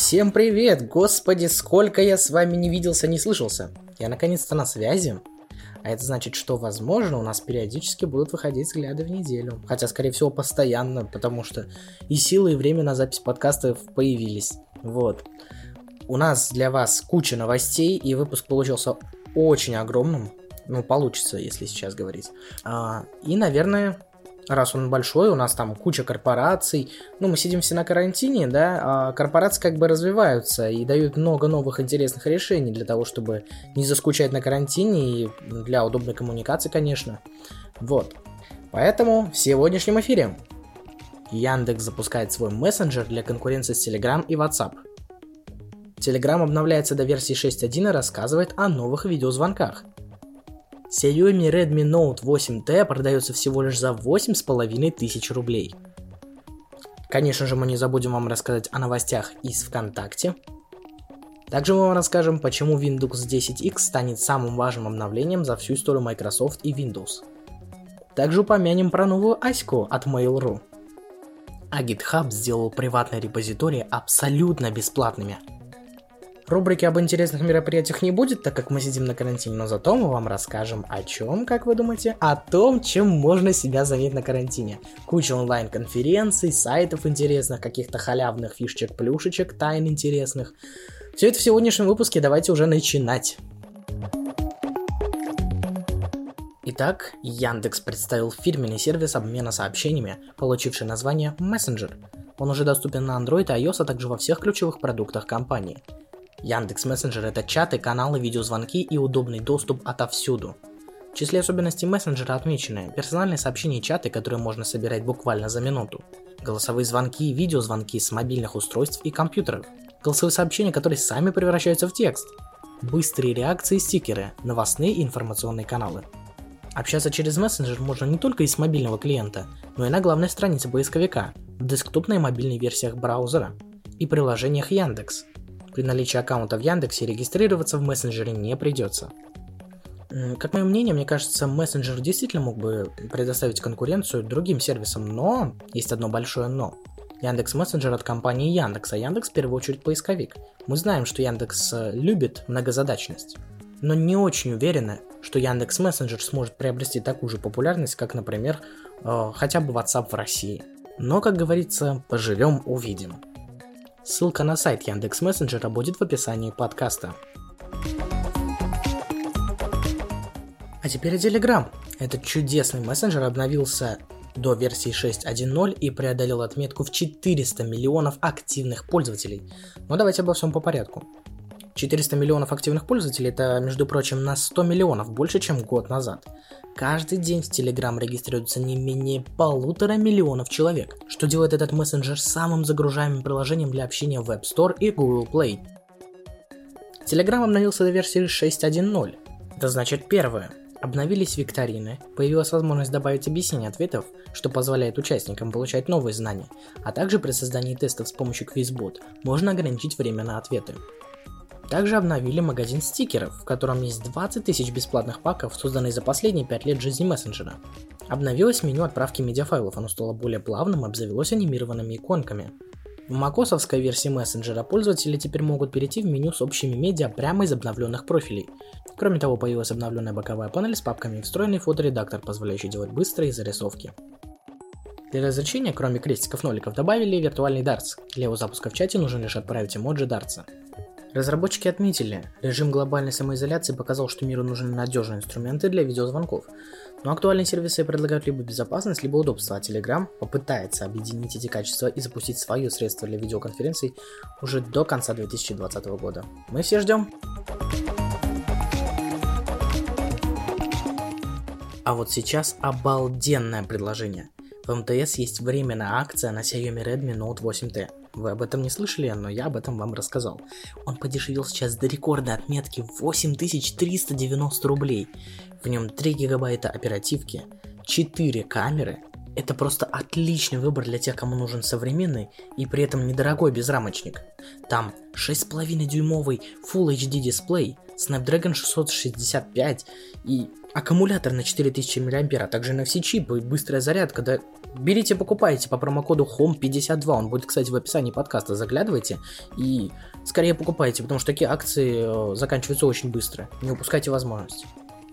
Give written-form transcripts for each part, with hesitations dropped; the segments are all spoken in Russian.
Всем привет! Господи, сколько я с вами не виделся, не слышался. Я наконец-то на связи. А это значит, что, возможно, у нас периодически будут выходить взгляды в неделю. Хотя, скорее всего, постоянно, потому что и силы, и время на запись подкастов появились. Вот. У нас для вас куча новостей, и выпуск получился очень огромным. Ну, получится, если сейчас говорить. И, наверное, раз он большой, у нас там куча корпораций. Ну, мы сидим все на карантине, да, а корпорации как бы развиваются и дают много новых интересных решений для того, чтобы не заскучать на карантине и для удобной коммуникации, конечно. Вот. Поэтому в сегодняшнем эфире Яндекс запускает свой мессенджер для конкуренции с Telegram и WhatsApp. Telegram обновляется до версии 6.1 и рассказывает о новых видеозвонках. Xiaomi Redmi Note 8T продается всего лишь за 8500 рублей. Конечно же, мы не забудем вам рассказать о новостях из ВКонтакте. Также мы вам расскажем, почему Windows 10X станет самым важным обновлением за всю историю Microsoft и Windows. Также упомянем про новую аську от Mail.ru. А GitHub сделал приватные репозитории абсолютно бесплатными. Рубрики об интересных мероприятиях не будет, так как мы сидим на карантине, но зато мы вам расскажем о чем, как вы думаете? О том, чем можно себя занять на карантине. Куча онлайн-конференций, сайтов интересных, каких-то халявных фишечек, плюшечек, тайн интересных. Все это в сегодняшнем выпуске, давайте уже начинать. Итак, Яндекс представил фирменный сервис обмена сообщениями, получивший название Messenger. Он уже доступен на Android и iOS, а также во всех ключевых продуктах компании. Яндекс Мессенджер — это чаты, каналы, видеозвонки и удобный доступ отовсюду. В числе особенностей мессенджера отмечены персональные сообщения и чаты, которые можно собирать буквально за минуту, голосовые звонки и видеозвонки с мобильных устройств и компьютеров, голосовые сообщения, которые сами превращаются в текст, быстрые реакции и стикеры, новостные и информационные каналы. Общаться через мессенджер можно не только из мобильного клиента, но и на главной странице поисковика, в десктопной и мобильной версиях браузера и приложениях Яндекс. При наличии аккаунта в Яндексе регистрироваться в мессенджере не придется. Как мое мнение, мне кажется, мессенджер действительно мог бы предоставить конкуренцию другим сервисам, но есть одно большое но. Яндекс Мессенджер от компании Яндекс, а Яндекс в первую очередь поисковик. Мы знаем, что Яндекс любит многозадачность, но не очень уверены, что Яндекс Мессенджер сможет приобрести такую же популярность, как, например, хотя бы WhatsApp в России. Но, как говорится, поживем — увидим. Ссылка на сайт Яндекс Мессенджера будет в описании подкаста. А теперь о Telegram. Этот чудесный мессенджер обновился до версии 6.1.0 и преодолел отметку в 400 миллионов активных пользователей. Но давайте обо всем по порядку. 400 миллионов активных пользователей — это, между прочим, на 100 миллионов больше, чем год назад. Каждый день в Telegram регистрируется не менее 1,5 миллиона человек, что делает этот мессенджер самым загружаемым приложением для общения в App Store и Google Play. Telegram обновился до версии 6.1.0. Это значит, первое. Обновились викторины, появилась возможность добавить объяснение ответов, что позволяет участникам получать новые знания, а также при создании тестов с помощью QuizBot можно ограничить время на ответы. Также обновили магазин стикеров, в котором есть 20 тысяч бесплатных паков, созданных за последние 5 лет жизни мессенджера. Обновилось меню отправки медиафайлов, оно стало более плавным и обзавелось анимированными иконками. В macOS-овской версии мессенджера пользователи теперь могут перейти в меню с общими медиа прямо из обновленных профилей. Кроме того, появилась обновленная боковая панель с папками и встроенный фоторедактор, позволяющий делать быстрые зарисовки. Для разрешения, кроме крестиков-ноликов, добавили виртуальный дартс. Для его запуска в чате нужно лишь отправить эмоджи дартса. Разработчики отметили, режим глобальной самоизоляции показал, что миру нужны надежные инструменты для видеозвонков. Но актуальные сервисы предлагают либо безопасность, либо удобство, а Telegram попытается объединить эти качества и запустить свое средство для видеоконференций уже до конца 2020 года. Мы все ждем. А вот сейчас обалденное предложение. В МТС есть временная акция на Xiaomi Redmi Note 8T. Вы об этом не слышали, но я об этом вам рассказал. Он подешевел сейчас до рекордной отметки 8390 рублей. В нем 3 гигабайта оперативки, 4 камеры, Это просто отличный выбор для тех, кому нужен современный и при этом недорогой безрамочник. Там 6,5-дюймовый Full HD дисплей, Snapdragon 665 и аккумулятор на 4000 мАh, а также NFC-чип и быстрая зарядка. Да берите, покупайте по промокоду HOME52, он будет, кстати, в описании подкаста, заглядывайте и скорее покупайте, потому что такие акции заканчиваются очень быстро, не упускайте возможность.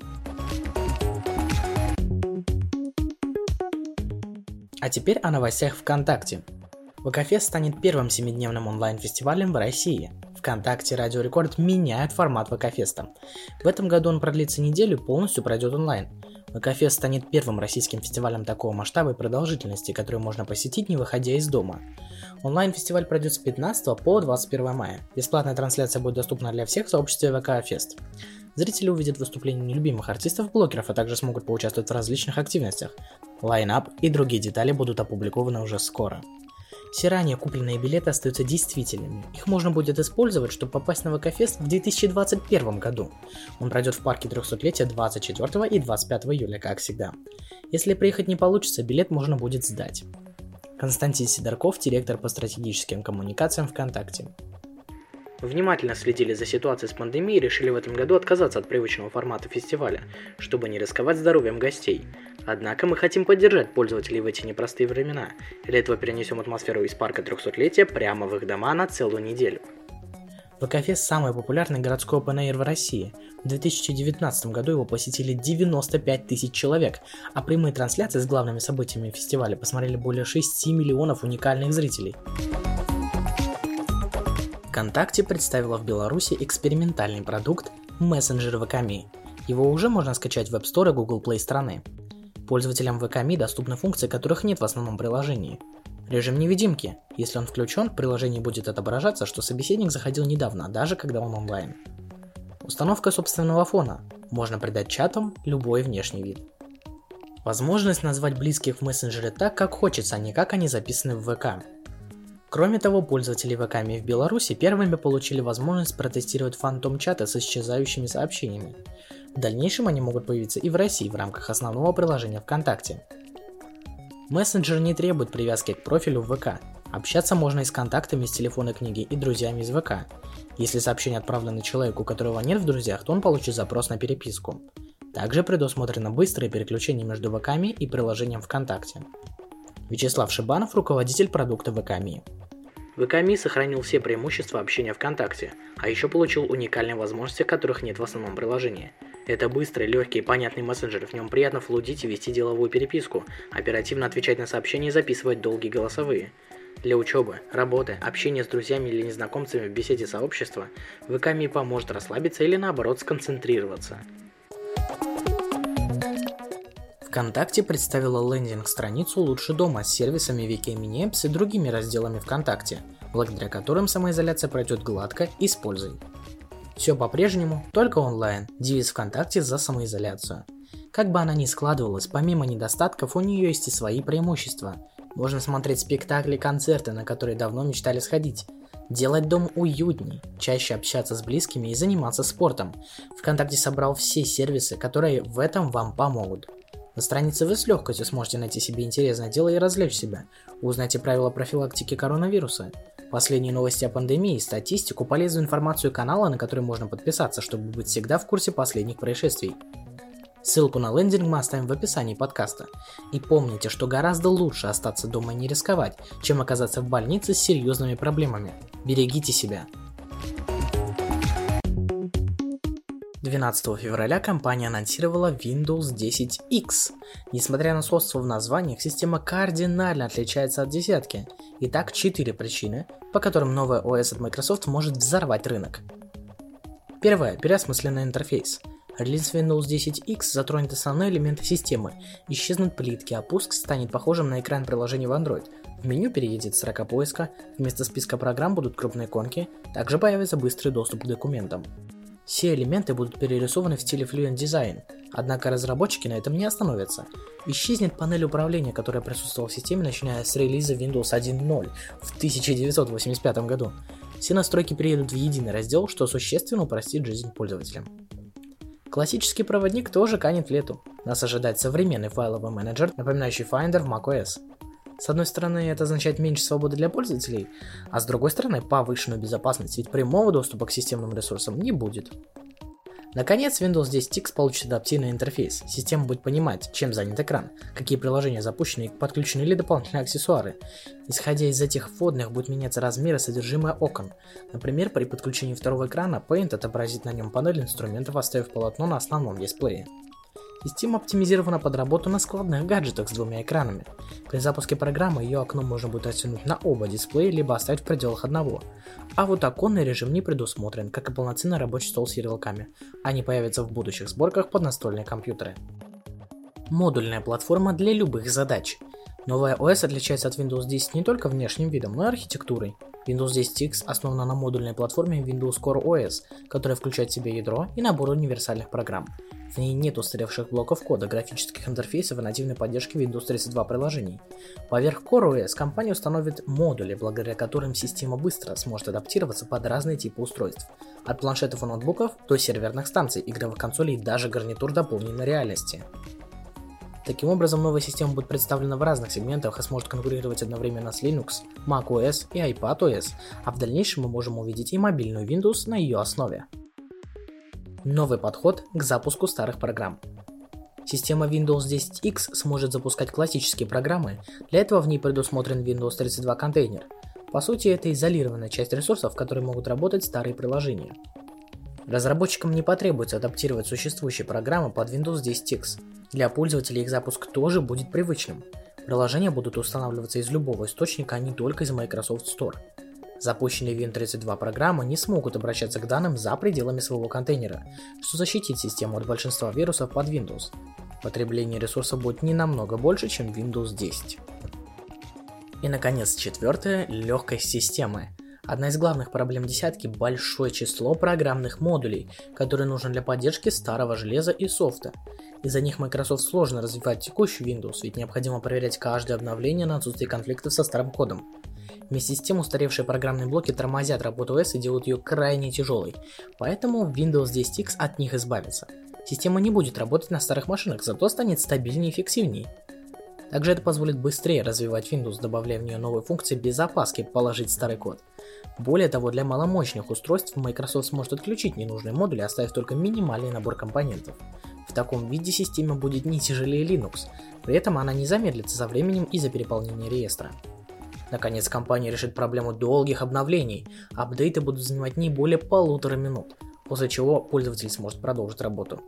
А теперь о новостях ВКонтакте. ВК-фест станет первым 7-дневным онлайн-фестивалем в России. ВКонтакте и Радио Рекорд меняют формат ВК-феста. В этом году он продлится неделю и полностью пройдет онлайн. ВК-фест станет первым российским фестивалем такого масштаба и продолжительности, который можно посетить, не выходя из дома. Онлайн-фестиваль пройдет с 15 по 21 мая. Бесплатная трансляция будет доступна для всех в сообществе ВК-фест. Зрители увидят выступления нелюбимых артистов-блогеров, а также смогут поучаствовать в различных активностях. Лайн-ап и другие детали будут опубликованы уже скоро. Все ранее купленные билеты остаются действительными. Их можно будет использовать, чтобы попасть на ВК-фест в 2021 году. Он пройдет в парке 300-летия 24 и 25 июля, как всегда. Если приехать не получится, билет можно будет сдать. Константин Сидорков, директор по стратегическим коммуникациям ВКонтакте. Внимательно следили за ситуацией с пандемией и решили в этом году отказаться от привычного формата фестиваля, чтобы не рисковать здоровьем гостей. Однако мы хотим поддержать пользователей в эти непростые времена, и для этого перенесем атмосферу из парка 300-летия прямо в их дома на целую неделю. ВК-фест – самый популярный городской Open Air в России. В 2019 году его посетили 95 тысяч человек, а прямые трансляции с главными событиями фестиваля посмотрели более 6 миллионов уникальных зрителей. ВКонтакте представила в Беларуси экспериментальный продукт мессенджер ВК.Me. Его уже можно скачать в App Store и Google Play страны. Пользователям ВК.Me доступны функции, которых нет в основном приложении. Режим невидимки. Если он включен, в приложении будет отображаться, что собеседник заходил недавно, даже когда он онлайн. Установка собственного фона. Можно придать чатам любой внешний вид. Возможность назвать близких в мессенджере так, как хочется, а не как они записаны в ВК. Кроме того, пользователи ВК.Me в Беларуси первыми получили возможность протестировать фантом-чаты с исчезающими сообщениями. В дальнейшем они могут появиться и в России в рамках основного приложения ВКонтакте. Мессенджер не требует привязки к профилю в ВК. Общаться можно и с контактами из телефонной книги и друзьями из ВК. Если сообщение отправлено человеку, которого нет в друзьях, то он получит запрос на переписку. Также предусмотрено быстрое переключение между ВК.Me и приложением ВКонтакте. Вячеслав Шибанов, руководитель продукта ВК.Me. ВК.Me сохранил все преимущества общения ВКонтакте, а еще получил уникальные возможности, которых нет в основном приложении. Это быстрый, легкий и понятный мессенджер, в нем приятно флудить и вести деловую переписку, оперативно отвечать на сообщения и записывать долгие голосовые. Для учебы, работы, общения с друзьями или незнакомцами в беседе сообщества ВК.Me поможет расслабиться или наоборот сконцентрироваться. ВКонтакте представила лендинг-страницу «Лучше дома» с сервисами VK Mini Apps и другими разделами ВКонтакте, благодаря которым самоизоляция пройдет гладко и с пользой. Все по-прежнему, только онлайн, девиз ВКонтакте за самоизоляцию. Как бы она ни складывалась, помимо недостатков у нее есть и свои преимущества. Можно смотреть спектакли и концерты, на которые давно мечтали сходить. Делать дом уютней, чаще общаться с близкими и заниматься спортом. ВКонтакте собрал все сервисы, которые в этом вам помогут. На странице вы с легкостью сможете найти себе интересное дело и развлечь себя. Узнайте правила профилактики коронавируса, последние новости о пандемии, статистику, полезную информацию канала, на который можно подписаться, чтобы быть всегда в курсе последних происшествий. Ссылку на лендинг мы оставим в описании подкаста. И помните, что гораздо лучше остаться дома и не рисковать, чем оказаться в больнице с серьезными проблемами. Берегите себя. 12 февраля компания анонсировала Windows 10 X. Несмотря на сходство в названиях, система кардинально отличается от десятки. Итак, 4 причины, по которым новая OS от Microsoft может взорвать рынок. Первое. Переосмысленный интерфейс. Релиз Windows 10 X затронет основные элементы системы. Исчезнут плитки, а пуск станет похожим на экран приложений в Android. В меню переедет строка поиска, вместо списка программ будут крупные иконки, также появится быстрый доступ к документам. Все элементы будут перерисованы в стиле Fluent Design, однако разработчики на этом не остановятся. Исчезнет панель управления, которая присутствовала в системе, начиная с релиза Windows 1.0 в 1985 году. Все настройки переедут в единый раздел, что существенно упростит жизнь пользователям. Классический проводник тоже канет в лету. Нас ожидает современный файловый менеджер, напоминающий Finder в macOS. С одной стороны, это означает меньше свободы для пользователей, а с другой стороны, повышенную безопасность, ведь прямого доступа к системным ресурсам не будет. Наконец, Windows 10 X получит адаптивный интерфейс. Система будет понимать, чем занят экран, какие приложения запущены и подключены ли дополнительные аксессуары. Исходя из этих вводных, будет меняться размер и содержимое окон. Например, при подключении второго экрана Paint отобразит на нем панель инструментов, оставив полотно на основном дисплее. Система оптимизирована под работу на складных гаджетах с двумя экранами. При запуске программы ее окно можно будет растянуть на оба дисплея, либо оставить в пределах одного. А вот оконный режим не предусмотрен, как и полноценный рабочий стол с ярлыками. Они появятся в будущих сборках под настольные компьютеры. Модульная платформа для любых задач. Новая OS отличается от Windows 10 не только внешним видом, но и архитектурой. Windows 10 X основана на модульной платформе Windows Core OS, которая включает в себя ядро и набор универсальных программ. В ней нет устаревших блоков кода, графических интерфейсов и нативной поддержки Windows 32 приложений. Поверх Core OS компания установит модули, благодаря которым система быстро сможет адаптироваться под разные типы устройств. От планшетов и ноутбуков до серверных станций, игровых консолей и даже гарнитур дополненной реальности. Таким образом, новая система будет представлена в разных сегментах и сможет конкурировать одновременно с Linux, macOS и iPadOS, а в дальнейшем мы можем увидеть и мобильную Windows на ее основе. Новый подход к запуску старых программ. Система Windows 10 X сможет запускать классические программы, для этого в ней предусмотрен Windows 32 контейнер. По сути, это изолированная часть ресурсов, в которой могут работать старые приложения. Разработчикам не потребуется адаптировать существующие программы под Windows 10 X. Для пользователей их запуск тоже будет привычным. Приложения будут устанавливаться из любого источника, а не только из Microsoft Store. Запущенные Win32 программы не смогут обращаться к данным за пределами своего контейнера, что защитит систему от большинства вирусов под Windows. Потребление ресурсов будет не намного больше, чем Windows 10. И наконец, четвертое – легкость системы. Одна из главных проблем десятки – большое число программных модулей, которые нужны для поддержки старого железа и софта. Из-за них Microsoft сложно развивать текущий Windows, ведь необходимо проверять каждое обновление на отсутствие конфликтов со старым кодом. Вместе с тем устаревшие программные блоки тормозят работу OS и делают ее крайне тяжелой, поэтому Windows 10 X от них избавится. Система не будет работать на старых машинах, зато станет стабильнее и эффективнее. Также это позволит быстрее развивать Windows, добавляя в нее новые функции без опаски положить старый код. Более того, для маломощных устройств Microsoft сможет отключить ненужные модули, оставив только минимальный набор компонентов. В таком виде система будет не тяжелее Linux, при этом она не замедлится со временем из-за переполнения реестра. Наконец, компания решит проблему долгих обновлений, апдейты будут занимать не более 1,5 минут, после чего пользователь сможет продолжить работу.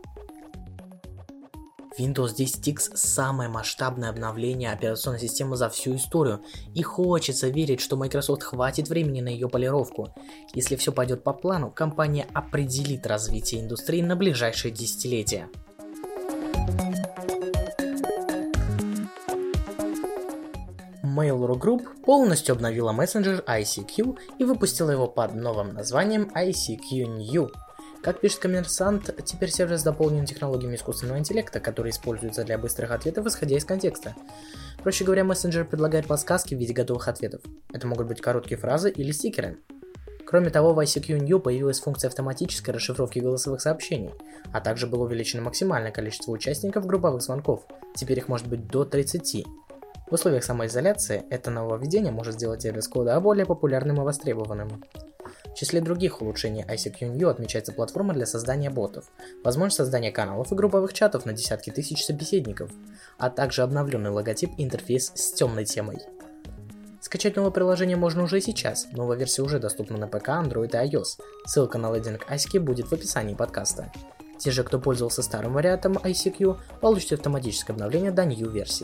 Windows 10 X – самое масштабное обновление операционной системы за всю историю, и хочется верить, что Microsoft хватит времени на ее полировку. Если все пойдет по плану, компания определит развитие индустрии на ближайшие десятилетия. Mail.ru Group полностью обновила мессенджер ICQ и выпустила его под новым названием ICQ New. Как пишет коммерсант, теперь сервис дополнен технологиями искусственного интеллекта, которые используются для быстрых ответов, исходя из контекста. Проще говоря, мессенджер предлагает подсказки в виде готовых ответов. Это могут быть короткие фразы или стикеры. Кроме того, в ICQ New появилась функция автоматической расшифровки голосовых сообщений, а также было увеличено максимальное количество участников групповых звонков, теперь их может быть до 30. В условиях самоизоляции это нововведение может сделать сервис кода более популярным и востребованным. В числе других улучшений ICQ New отмечается платформа для создания ботов, возможность создания каналов и групповых чатов на десятки тысяч собеседников, а также обновленный логотип и интерфейс с темной темой. Скачать новое приложение можно уже и сейчас, новая версия уже доступна на ПК, Android и iOS, ссылка на лендинг ICQ будет в описании подкаста. Те же, кто пользовался старым вариантом ICQ, получат автоматическое обновление до New версии.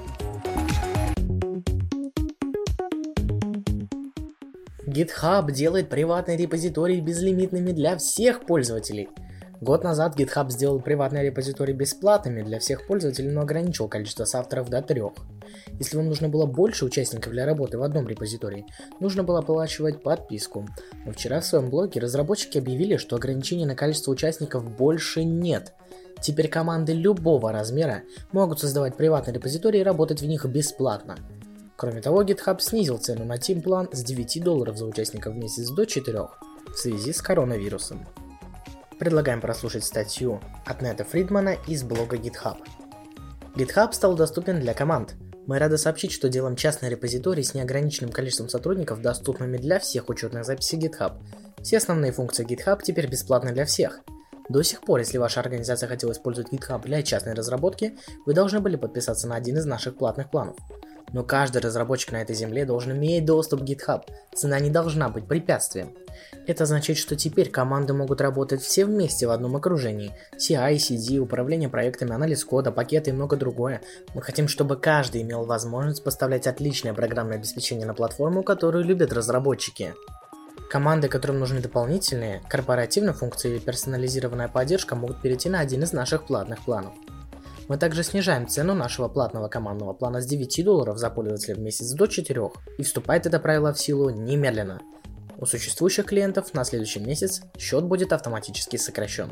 GitHub делает приватные репозитории безлимитными для всех пользователей. Год назад GitHub сделал приватные репозитории бесплатными для всех пользователей, но ограничил количество соавторов до 3. Если вам нужно было больше участников для работы в одном репозитории, нужно было оплачивать подписку. Но вчера в своем блоге разработчики объявили, что ограничений на количество участников больше нет. Теперь команды любого размера могут создавать приватные репозитории и работать в них бесплатно. Кроме того, GitHub снизил цену на Team план с $9 за участника в месяц до 4 в связи с коронавирусом. Предлагаем прослушать статью от Нета Фридмана из блога GitHub. GitHub стал доступен для команд. Мы рады сообщить, что делаем частный репозиторий с неограниченным количеством сотрудников, доступными для всех учетных записей GitHub. Все основные функции GitHub теперь бесплатны для всех. До сих пор, если ваша организация хотела использовать GitHub для частной разработки, вы должны были подписаться на один из наших платных планов. Но каждый разработчик на этой земле должен иметь доступ к GitHub, цена не должна быть препятствием. Это означает, что теперь команды могут работать все вместе в одном окружении. CI, CD, управление проектами, анализ кода, пакеты и много другое. Мы хотим, чтобы каждый имел возможность поставлять отличное программное обеспечение на платформу, которую любят разработчики. Команды, которым нужны дополнительные, корпоративные функции или персонализированная поддержка, могут перейти на один из наших платных планов. Мы также снижаем цену нашего платного командного плана с $9 за пользователя в месяц до 4, и вступает это правило в силу немедленно. У существующих клиентов на следующий месяц счет будет автоматически сокращен.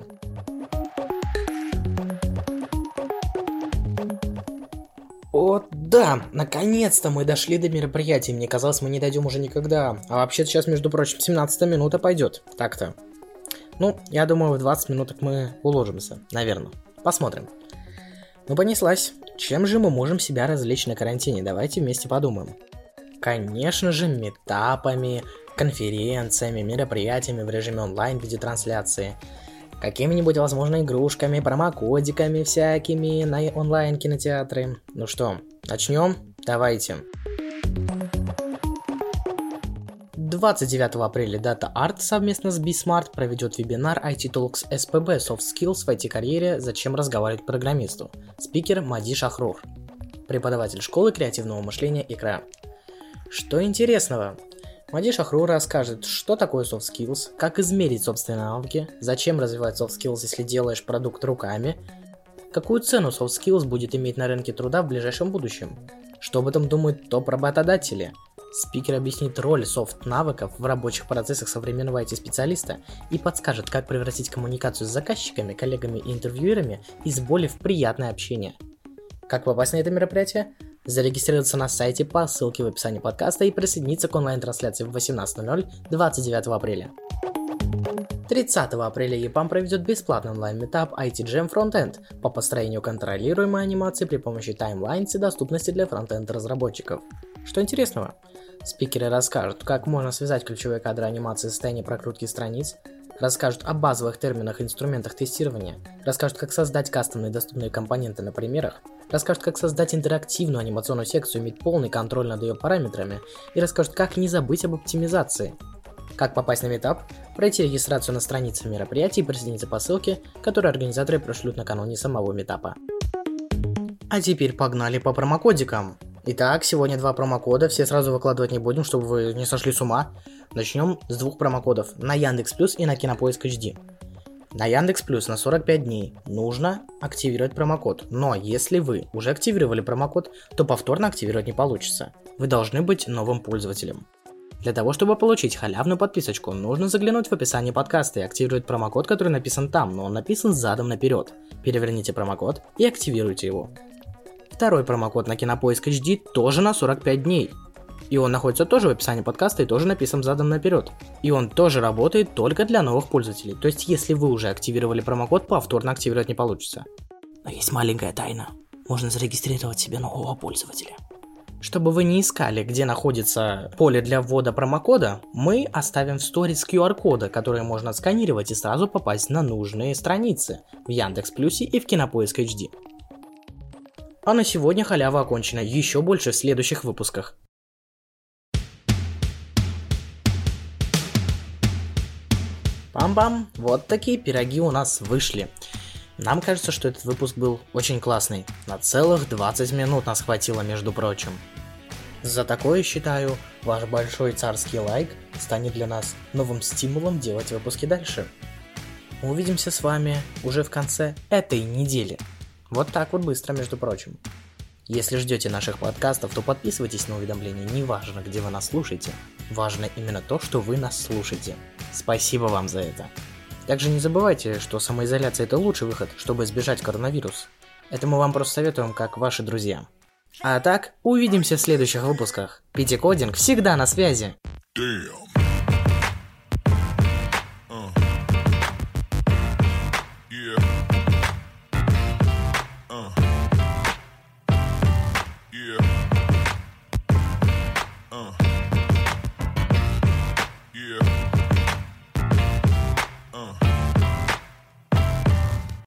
О да, наконец-то мы дошли до мероприятия, мне казалось, мы не дойдем уже никогда. А вообще сейчас, между прочим, 17 минута пойдет, так-то. Ну, я думаю, в 20 минуток мы уложимся, наверное. Посмотрим. Ну понеслась. Чем же мы можем себя развлечь на карантине? Давайте вместе подумаем. Конечно же, митапами, конференциями, мероприятиями в режиме онлайн в виде трансляции. Какими-нибудь, возможно, игрушками, промокодиками всякими на онлайн-кинотеатры. Ну что, начнем? Давайте. 29 апреля Data Art совместно с BSmart проведет вебинар IT Talks SPB Soft Skills в IT-карьере «Зачем разговаривать программисту». Спикер Мади Шахрур, преподаватель школы креативного мышления ИКРА. Что интересного? Мади Шахрур расскажет, что такое soft skills, как измерить собственные навыки, зачем развивать soft skills, если делаешь продукт руками, какую цену soft skills будет иметь на рынке труда в ближайшем будущем, что об этом думают топ-работодатели. Спикер объяснит роль софт-навыков в рабочих процессах современного IT-специалиста и подскажет, как превратить коммуникацию с заказчиками, коллегами и интервьюерами из боли в приятное общение. Как попасть на это мероприятие? Зарегистрироваться на сайте по ссылке в описании подкаста и присоединиться к онлайн-трансляции в 18:00 29 апреля. 30 апреля EPAM проведет бесплатный онлайн-митап IT Jam Frontend по построению контролируемой анимации при помощи таймлайнс и доступности для фронтенд разработчиков. Что интересного? Спикеры расскажут, как можно связать ключевые кадры анимации в состоянии прокрутки страниц, расскажут о базовых терминах и инструментах тестирования, расскажут, как создать кастомные доступные компоненты на примерах, расскажут, как создать интерактивную анимационную секцию, иметь полный контроль над ее параметрами и расскажут, как не забыть об оптимизации. Как попасть на митап? Пройти регистрацию на странице мероприятия и присоединиться по ссылке, которую организаторы пришлют накануне самого митапа. А теперь погнали по промокодикам. Итак, сегодня 2 промокода, все сразу выкладывать не будем, чтобы вы не сошли с ума. Начнем с 2 промокодов, на Яндекс.Плюс и на Кинопоиск HD. На Яндекс.Плюс на 45 дней нужно активировать промокод, но если вы уже активировали промокод, то повторно активировать не получится. Вы должны быть новым пользователем. Для того, чтобы получить халявную подписочку, нужно заглянуть в описание подкаста и активировать промокод, который написан там, но он написан задом наперед. Переверните промокод и активируйте его. Второй промокод на Кинопоиск HD тоже на 45 дней. И он находится тоже в описании подкаста и тоже написан задом наперед. И он тоже работает только для новых пользователей. То есть, если вы уже активировали промокод, повторно активировать не получится. Но есть маленькая тайна. Можно зарегистрировать себе нового пользователя. Чтобы вы не искали, где находится поле для ввода промокода, мы оставим в сторис QR-кода, которые можно отсканировать и сразу попасть на нужные страницы в Яндекс.Плюсе и в Кинопоиск HD. А на сегодня халява окончена, еще больше в следующих выпусках. Пам-пам, вот такие пироги у нас вышли. Нам кажется, что этот выпуск был очень классный. На целых 20 минут нас хватило, между прочим. За такое, считаю, ваш большой царский лайк станет для нас новым стимулом делать выпуски дальше. Увидимся с вами уже в конце этой недели. Вот так вот быстро, между прочим. Если ждете наших подкастов, то подписывайтесь на уведомления, неважно, где вы нас слушаете. Важно именно то, что вы нас слушаете. Спасибо вам за это. Также не забывайте, что самоизоляция – это лучший выход, чтобы избежать коронавируса. Это мы вам просто советуем, как ваши друзья. А так, увидимся в следующих выпусках. Питикодинг всегда на связи. Damn.